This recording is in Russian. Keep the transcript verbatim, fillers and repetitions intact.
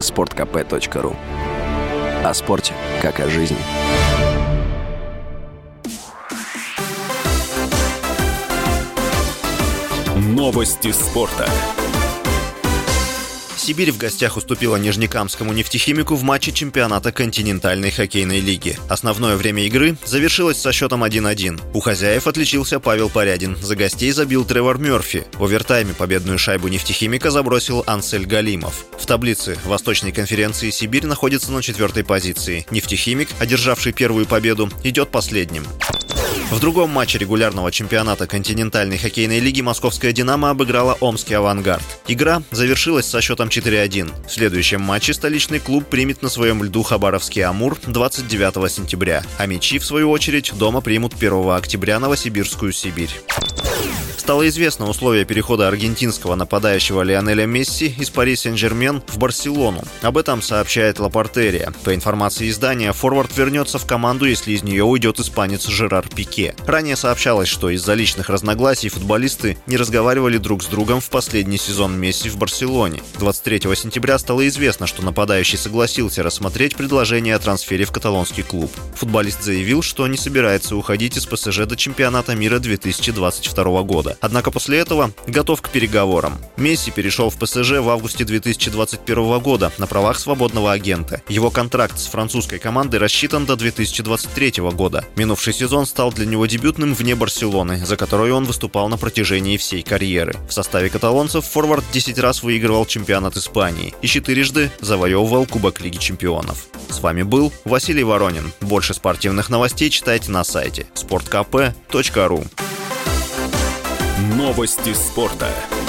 спорт ка пэ точка ру. О спорте, как о жизни. Новости спорта. Сибирь в гостях уступила Нижнекамскому нефтехимику в матче чемпионата континентальной хоккейной лиги. Основное время игры завершилось со счетом один-один. У хозяев отличился Павел Порядин. За гостей забил Тревор Мёрфи. В овертайме победную шайбу нефтехимика забросил Ансель Галимов. В таблице Восточной конференции Сибирь находится на четвертой позиции. Нефтехимик, одержавший первую победу, идет последним. В другом матче регулярного чемпионата континентальной хоккейной лиги московская «Динамо» обыграла омский «Авангард». Игра завершилась со счетом четыре-один. В следующем матче столичный клуб примет на своем льду хабаровский «Амур» двадцать девятого сентября, а мячи, в свою очередь, дома примут первого октября новосибирскую «Сибирь». Стало известно условия перехода аргентинского нападающего Лионеля Месси из Пари Сен-Жермен в Барселону. Об этом сообщает Ла Портерия. По информации издания, форвард вернется в команду, если из нее уйдет испанец Жерар Пике. Ранее сообщалось, что из-за личных разногласий футболисты не разговаривали друг с другом в последний сезон Месси в Барселоне. двадцать третьего сентября стало известно, что нападающий согласился рассмотреть предложение о трансфере в каталонский клуб. Футболист заявил, что не собирается уходить из ПСЖ до чемпионата мира две тысячи двадцать второго года. Однако после этого готов к переговорам. Месси перешел в ПСЖ в августе две тысячи двадцать первого года на правах свободного агента. Его контракт с французской командой рассчитан до две тысячи двадцать третьего года. Минувший сезон стал для него дебютным вне Барселоны, за которую он выступал на протяжении всей карьеры. В составе каталонцев форвард десять раз выигрывал чемпионат Испании и четырежды завоевывал Кубок Лиги Чемпионов. С вами был Василий Воронин. Больше спортивных новостей читайте на сайте спорт ка пэ точка ру. Новости спорта.